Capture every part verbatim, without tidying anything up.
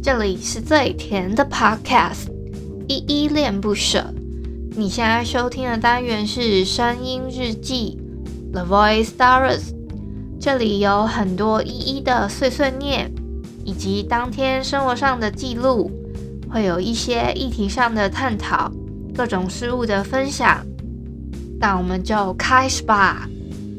这里是最甜的 Podcast， 依依恋不舍。你现在收听的单元是声音日记 The Voice Diaries， 这里有很多依依的碎碎念，以及当天生活上的记录，会有一些议题上的探讨，各种事物的分享。那我们就开始吧。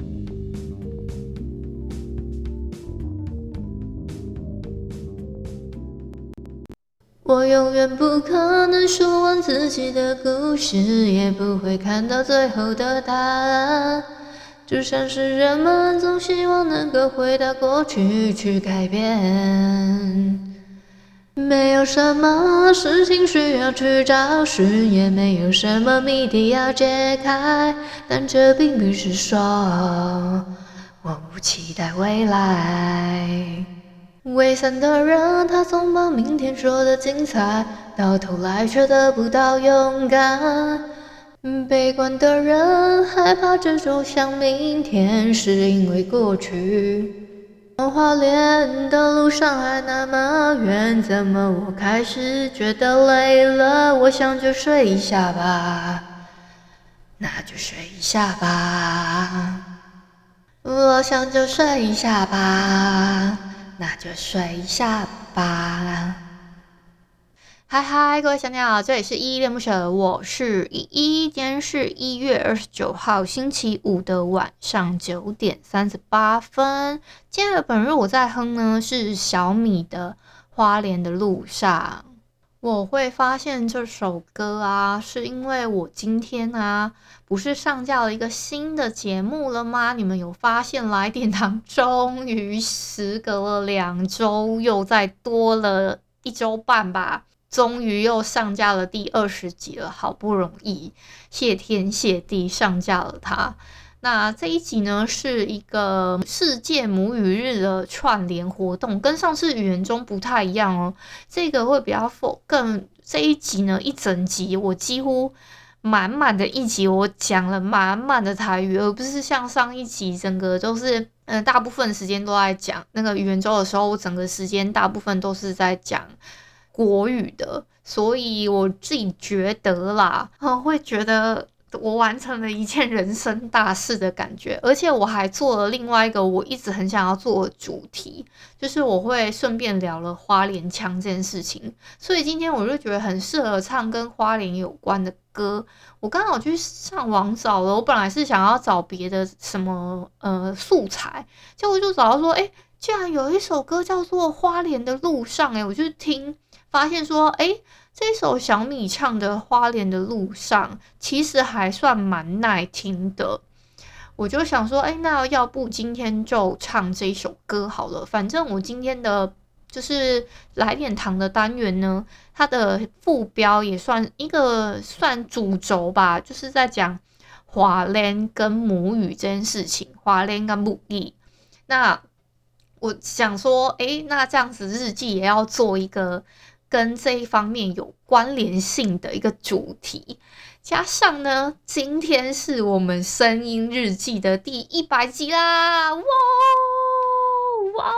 我永远不可能说完自己的故事，也不会看到最后的答案，就像是人们总希望能够回到过去去改变。没有什么事情需要去找寻，也没有什么谜底要解开，但这并不是说我不期待未来。伪善的人，他总把明天说得精彩，到头来却得不到勇敢。悲观的人，害怕着走向明天，是因为过去往花莲的路上还那么远，怎么我开始觉得累了？我想就睡一下吧，那就睡一下吧。我想就睡一下吧，那就睡一下吧。嗨嗨，各位小鸟，这里是依依恋不舍，我是依依。今天是一月二十九号星期五的晚上九点三十八分。今天的本日我在哼呢是小米的花莲的路上。我会发现这首歌啊，是因为我今天啊不是上架了一个新的节目了吗？你们有发现来点糖终于时隔了两周，又再多了一周半吧，终于又上架了第二十集了，好不容易谢天谢地上架了它。那这一集呢是一个世界母语日的串联活动，跟上次语言中不太一样哦。这个会比较更这一集呢，一整集我几乎满满的一集，我讲了满满的台语，而不是像上一集整个都是嗯、呃，大部分时间都在讲那个语言周的时候，我整个时间大部分都是在讲国语的，所以我自己觉得啦，嗯、会觉得我完成了一件人生大事的感觉，而且我还做了另外一个我一直很想要做的主题，就是我会顺便聊了花莲腔这件事情，所以今天我就觉得很适合唱跟花莲有关的歌。我刚好去上网找了，我本来是想要找别的什么呃素材，结果就找到说，哎，居然有一首歌叫做《花莲的路上》，哎，我就听发现说，哎。这首小米唱的《花莲的路上》其实还算蛮耐听的，我就想说，哎，那要不今天就唱这首歌好了。反正我今天的就是来点糖的单元呢，它的副标也算一个算主轴吧，就是在讲花莲跟母语这件事情，花莲跟母语。那我想说，哎，那这样子日记也要做一个跟这一方面有关联性的一个主题，加上呢，今天是我们声音日记的第一百集啦！哇哇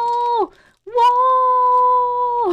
哇！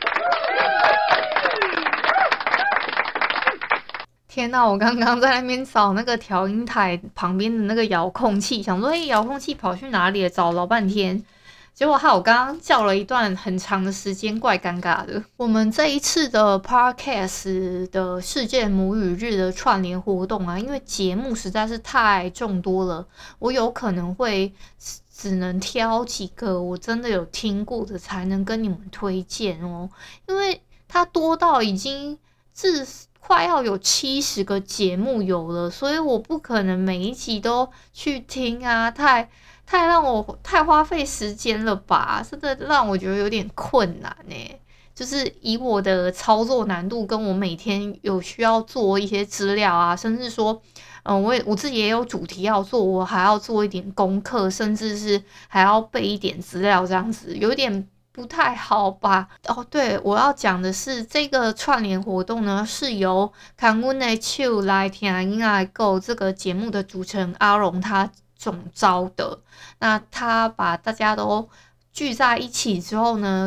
天哪！我刚刚在那边找那个调音台旁边的那个遥控器，想说，哎，遥控器跑去哪里了？找老半天。结果害我刚刚叫了一段很长的时间，怪尴尬的。我们这一次的 Podcast 的世界母语日的串联活动啊，因为节目实在是太众多了，我有可能会只能挑几个我真的有听过的才能跟你们推荐哦，因为它多到已经至快要有七十个节目有了，所以我不可能每一集都去听啊，太。太让我太花费时间了吧，真的让我觉得有点困难欸。就是以我的操作难度，跟我每天有需要做一些资料啊，甚至说，嗯、呃，我也我自己也有主题要做，我还要做一点功课，甚至是还要背一点资料，这样子有点不太好吧？哦，对，我要讲的是这个串联活动呢，是由看阮的手来听音乐购这个节目的主持人阿荣他总招的。那他把大家都聚在一起之后呢，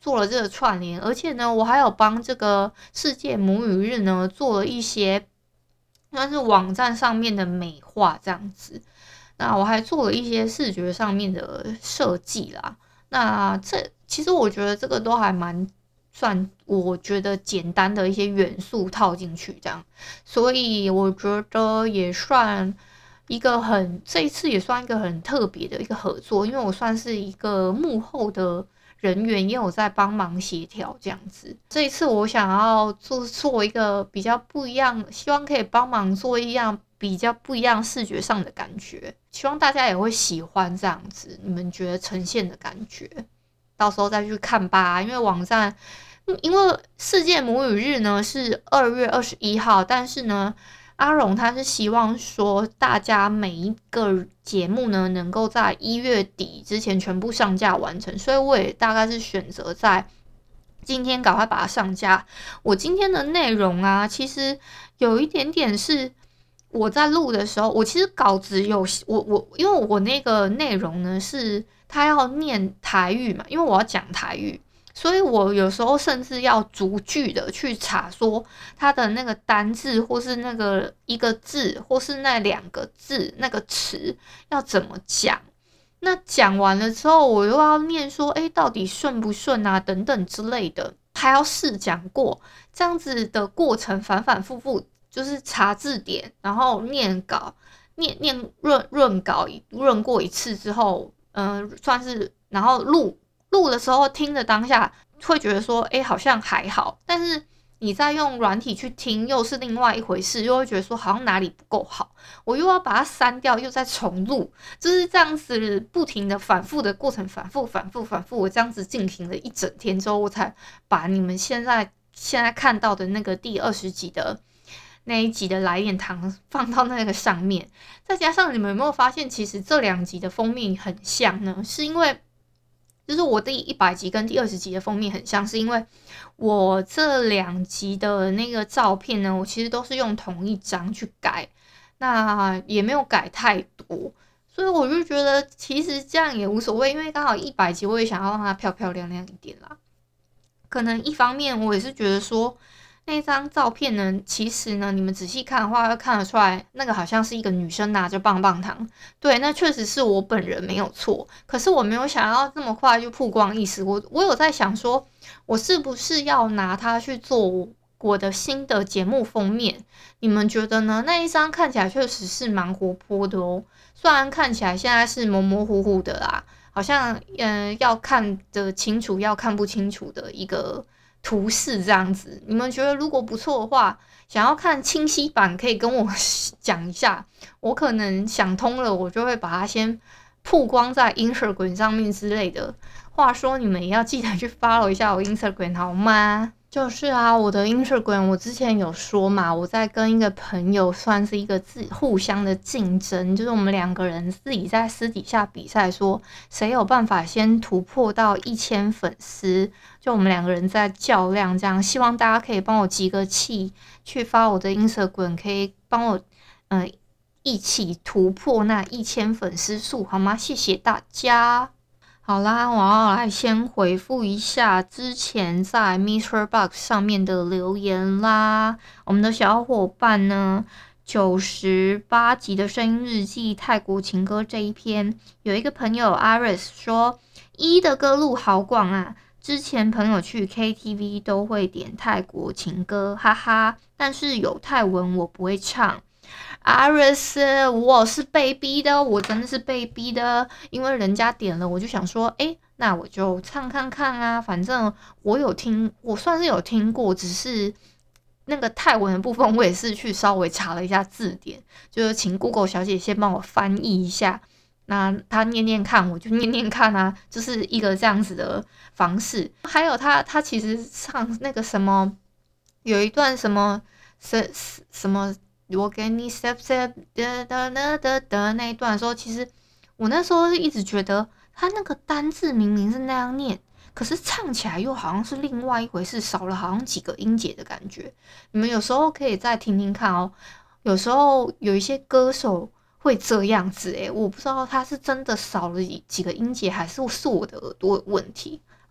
做了这个串联，而且呢，我还有帮这个世界母语日呢做了一些算是网站上面的美化这样子。那我还做了一些视觉上面的设计啦。那这其实我觉得这个都还蛮算，我觉得简单的一些元素套进去这样，所以我觉得也算一个很这一次也算一个很特别的一个合作，因为我算是一个幕后的人员，也有在帮忙协调这样子。这一次我想要做做一个比较不一样，希望可以帮忙做一样比较不一样视觉上的感觉，希望大家也会喜欢这样子，你们觉得呈现的感觉，到时候再去看吧。因为网站，因为世界母语日呢是二月二十一号，但是呢，阿荣他是希望说大家每一个节目呢能够在一月底之前全部上架完成，所以我也大概是选择在今天赶快把它上架。我今天的内容啊，其实有一点点是我在录的时候，我其实稿子有我我，因为我那个内容呢是他要念台语嘛，因为我要讲台语，所以我有时候甚至要逐句的去查说他的那个单字，或是那个一个字，或是那两个字那个词要怎么讲。那讲完了之后，我又要念说，诶，到底顺不顺啊，等等之类的，还要试讲过，这样子的过程反反复复。就是查字典，然后念稿，念念润润稿，润过一次之后，嗯、呃，算是，然后录录的时候听的当下会觉得说，哎，好像还好，但是你再用软体去听，又是另外一回事，又会觉得说好像哪里不够好，我又要把它删掉，又再重录，就是这样子不停的反复的过程，反复反复反复，我这样子进行了一整天之后，我才把你们现在现在看到的那个第二十集的。那一集的来点糖放到那个上面，再加上你们有没有发现，其实这两集的封面很像呢？是因为就是我第一百集跟第二十集的封面很像，是因为我这两集的那个照片呢，我其实都是用同一张去改，那也没有改太多，所以我就觉得其实这样也无所谓，因为刚好一百集我也想要让它漂漂亮亮一点啦。可能一方面我也是觉得说。那张照片呢？其实呢，你们仔细看的话，会看得出来，那个好像是一个女生拿着棒棒糖。对，那确实是我本人没有错。可是我没有想要这么快就曝光意思。我我有在想说，我是不是要拿它去做我的新的节目封面？你们觉得呢？那一张看起来确实是蛮活泼的哦，虽然看起来现在是模模糊糊的啦，好像嗯、呃、要看得清楚，要看不清楚的一个。图示这样子，你们觉得如果不错的话，想要看清晰版可以跟我讲一下，我可能想通了，我就会把它先曝光在 Instagram 上面之类的。话说你们也要记得去 follow 一下我 Instagram 好吗？就是啊，我的 Instagram 我之前有说嘛，我在跟一个朋友算是一个自互相的竞争，就是我们两个人自己在私底下比赛，说谁有办法先突破到一千粉丝，就我们两个人在较量，这样希望大家可以帮我集个气，去发我的 Instagram， 可以帮我嗯、呃、一起突破那一千粉丝数，好吗？谢谢大家。好啦，我要来先回复一下之前在 MixerBox 上面的留言啦。我们的小伙伴呢，九十八集的声音日记泰国情歌这一篇，有一个朋友 Iris 说，一的歌路好广啊。之前朋友去 K T V 都会点泰国情歌，哈哈，但是有泰文我不会唱。Iris， 我是被逼的，我真的是被逼的，因为人家点了，我就想说，诶，那我就唱看看啊，反正我有听，我算是有听过，只是那个泰文的部分，我也是去稍微查了一下字典，就是请 Google 小姐先帮我翻译一下，那她念念看，我就念念看啊，就是一个这样子的方式。还有她，她其实唱那个什么，有一段什么什什么。我给你 step step 的的的的的那一段的时候，其实我那时候一直觉得他那个单字明明是那样念，可是唱起来又好像是另外一回事，少了好像几个音节的感觉。你们有时候可以再听听看哦。有时候有一些歌手会这样子诶，我不知道他是真的少了几个音节，还是是我的耳朵有问题。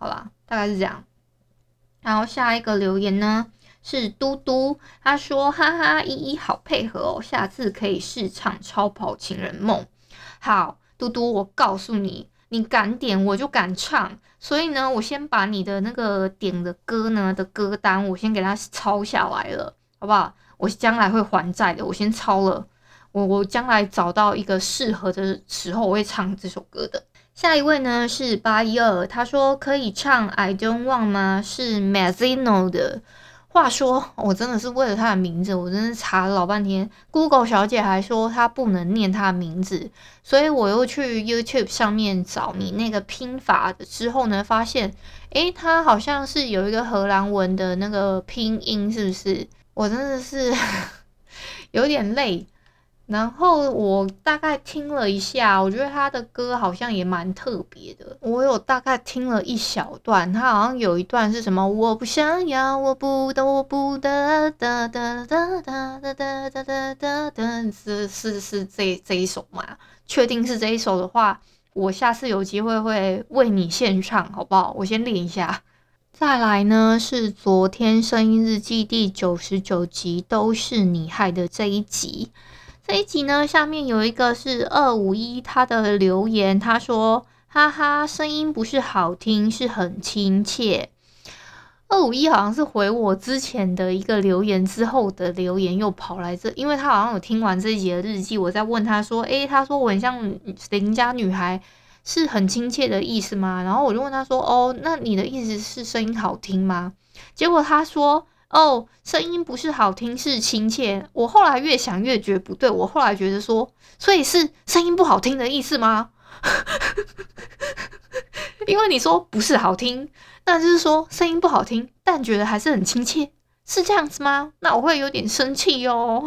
好啦，大概是这样。然后下一个留言呢是嘟嘟，他说哈哈依依好配合哦，下次可以试唱超跑情人梦。好，嘟嘟，我告诉你，你敢点我就敢唱，所以呢，我先把你的那个点的歌呢的歌单，我先给它抄下来了，好不好？我将来会还债的，我先抄了，我我将来找到一个适合的时候，我会唱这首歌的。下一位呢是八一二，他说可以唱 I Don't Want 吗？是 Mazzino 的。话说，我真的是为了他的名字，我真的查了老半天。Google 小姐还说她不能念他的名字，所以我又去 YouTube 上面找你那个拼法的之后呢，发现，诶，他好像是有一个荷兰文的那个拼音，是不是？我真的是有点累。然后我大概听了一下，我觉得他的歌好像也蛮特别的。我有大概听了一小段，他好像有一段是什么我不想要，我不得，我不得，哒哒哒哒哒哒哒哒哒哒，是是是这这一首吗？确定是这一首的话，我下次有机会会为你献唱，好不好？我先练一下。再来呢是昨天声音日记第九十九集，都是你害的这一集。这一集呢，下面有一个是二五一他的留言，他说：“哈哈，声音不是好听，是很亲切。”二五一好像是回我之前的一个留言之后的留言，又跑来这，因为他好像有听完这一集的日记，我在问他说：“诶，他说我很像邻家女孩，是很亲切的意思吗？”然后我就问他说：“哦，那你的意思是声音好听吗？”结果他说：“哦，声音不是好听，是亲切。”我后来越想越觉得不对，我后来觉得说，所以是声音不好听的意思吗？因为你说不是好听，那就是说声音不好听，但觉得还是很亲切，是这样子吗？那我会有点生气哦。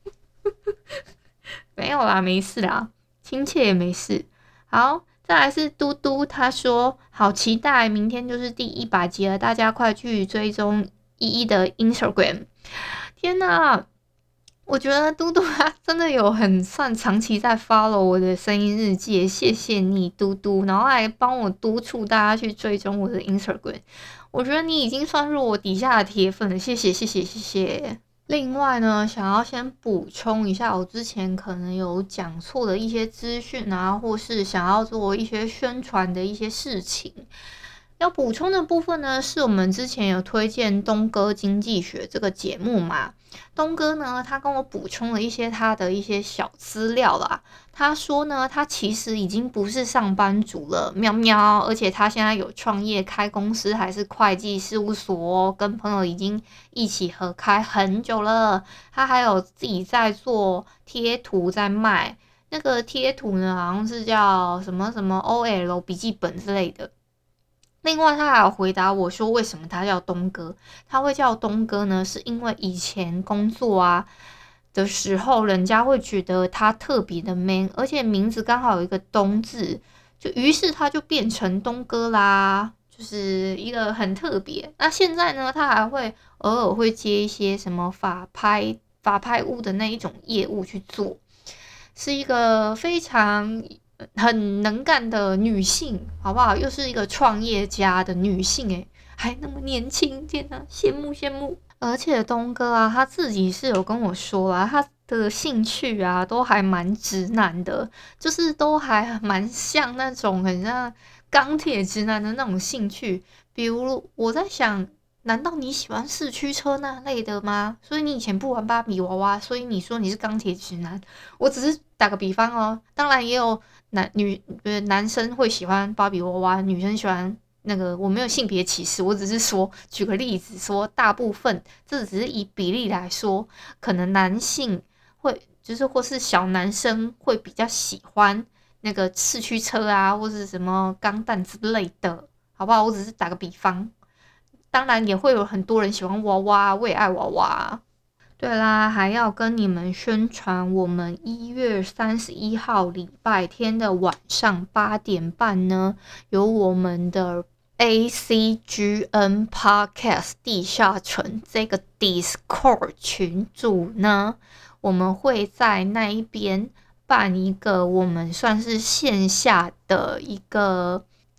没有啦，没事啦，亲切也没事。好。再来是嘟嘟，他说好期待，明天就是第一百集了，大家快去追踪依依的 Instagram。天哪，我觉得嘟嘟他真的有很算长期在 follow 我的声音日记，谢谢你嘟嘟，然后还帮我督促大家去追踪我的 Instagram。我觉得你已经算入我底下的铁粉了，谢谢谢谢谢谢。另外呢，想要先补充一下，我之前可能有讲错的一些资讯啊，或是想要做一些宣传的一些事情。要补充的部分呢，是我们之前有推荐东哥经济学这个节目嘛。东哥呢，他跟我补充了一些他的一些小资料啦。他说呢，他其实已经不是上班族了，喵喵，而且他现在有创业开公司，还是会计事务所哦，跟朋友已经一起合开很久了。他还有自己在做贴图在卖，那个贴图呢，好像是叫什么什么 O L 笔记本之类的。另外，他还有回答我说，为什么他叫东哥？他会叫东哥呢，是因为以前工作啊的时候，人家会觉得他特别的 man， 而且名字刚好有一个东字，就于是他就变成东哥啦，就是一个很特别。那现在呢，他还会偶尔会接一些什么法拍法拍屋的那一种业务去做，是一个非常很能干的女性，好不好？又是一个创业家的女性，诶，还那么年轻，天哪，羡慕羡慕！而且东哥啊，他自己是有跟我说啊，他的兴趣啊，都还蛮直男的，就是都还蛮像那种很像钢铁直男的那种兴趣。比如我在想，难道你喜欢四驱车那类的吗？所以你以前不玩芭比娃娃，所以你说你是钢铁直男？我只是打个比方哦，当然也有男女呃男生会喜欢芭比娃娃，女生喜欢那个，我没有性别歧视，我只是说举个例子说，大部分这只是以比例来说，可能男性会就是或是小男生会比较喜欢那个四驱车啊，或是什么钢弹之类的，好不好？我只是打个比方，当然也会有很多人喜欢娃娃，我也爱娃娃。对啦，还要跟你们宣传，我们一月三十一号礼拜天的晚上八点半呢，有我们的 A C G N Podcast 地下城这个 Discord 群组呢，我们会在那一边办一个我们算是线下的一个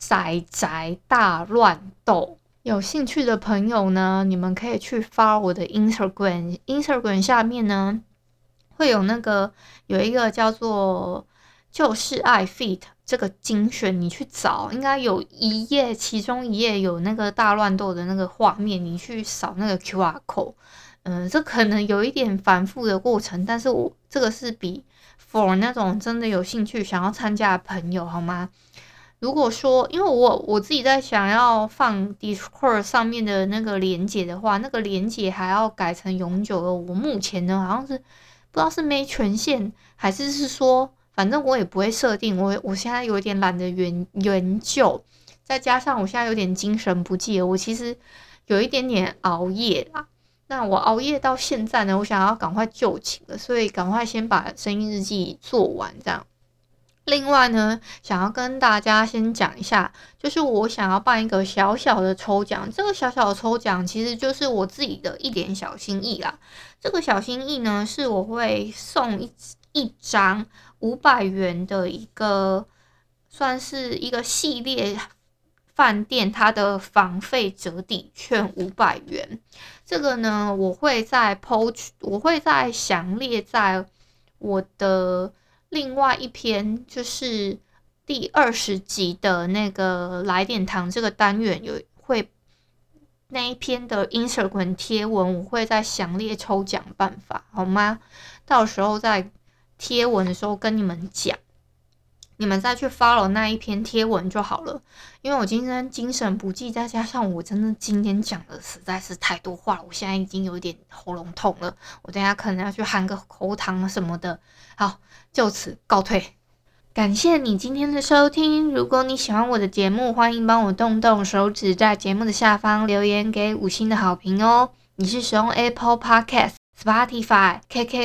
宅宅大乱斗。有兴趣的朋友呢，你们可以去 follow 我的 Instagram， Instagram 下面呢会有那个有一个叫做就是爱 feat 这个精选，你去找，应该有一页，其中一页有那个大乱斗的那个画面，你去扫那个 Q R code。嗯，这可能有一点繁复的过程，但是我这个是比 for 那种真的有兴趣想要参加的朋友，好吗？如果说，因为我我自己在想要放 Discord 上面的那个连结的话，那个连结还要改成永久的。我目前呢，好像是不知道是没权限，还是是说，反正我也不会设定。我我现在有点懒得研研究，再加上我现在有点精神不济了，我其实有一点点熬夜啦。那我熬夜到现在呢，我想要赶快就寝了，所以赶快先把声音日记做完，这样。另外呢，想要跟大家先讲一下，就是我想要办一个小小的抽奖。这个小小的抽奖其实就是我自己的一点小心意啦。这个小心意呢，是我会送一一张五百元的一个，算是一个系列饭店它的房费折抵券五百元。这个呢，我会在 po， 我会在详列在我的另外一篇，就是第二十集的那个来点糖这个单元有会那一篇的 Instagram 贴文，我会在详列抽奖办法，好吗？到时候在贴文的时候跟你们讲，你们再去 follow 那一篇贴文就好了。因为我今天精神不济，再加上我真的今天讲的实在是太多话了，我现在已经有点喉咙痛了，我等一下可能要去含个喉糖什么的。好，就此告退。感谢你今天的收听，如果你喜欢我的节目，欢迎帮我动动手指，在节目的下方留言给五星的好评哦。你是使用 Apple Podcast、Spotify、K K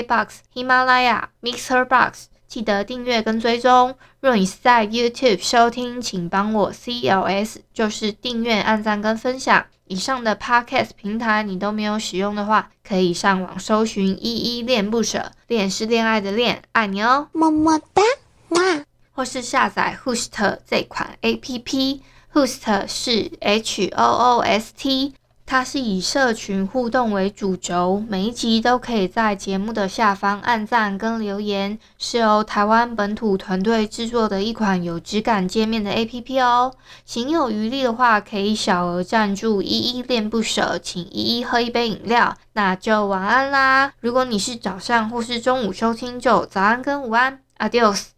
Box、喜马拉雅、Mixer Box， 记得订阅跟追踪。若你是在 YouTube 收听，请帮我 C L S， 就是订阅、按赞跟分享。以上的 Podcast 平台你都没有使用的话，可以上网搜寻依依恋不舍，恋是恋爱的恋，爱你哦，么么哒。或是下载 Host 这款 A P P，Host 是 H O O S T， 它是以社群互动为主轴，每一集都可以在节目的下方按赞跟留言，是由台湾本土团队制作的一款有质感界面的 A P P 哦。行有余力的话，可以小额赞助依依恋不舍，请依依喝一杯饮料，那就晚安啦。如果你是早上或是中午收听，就早安跟午安 ，Adios。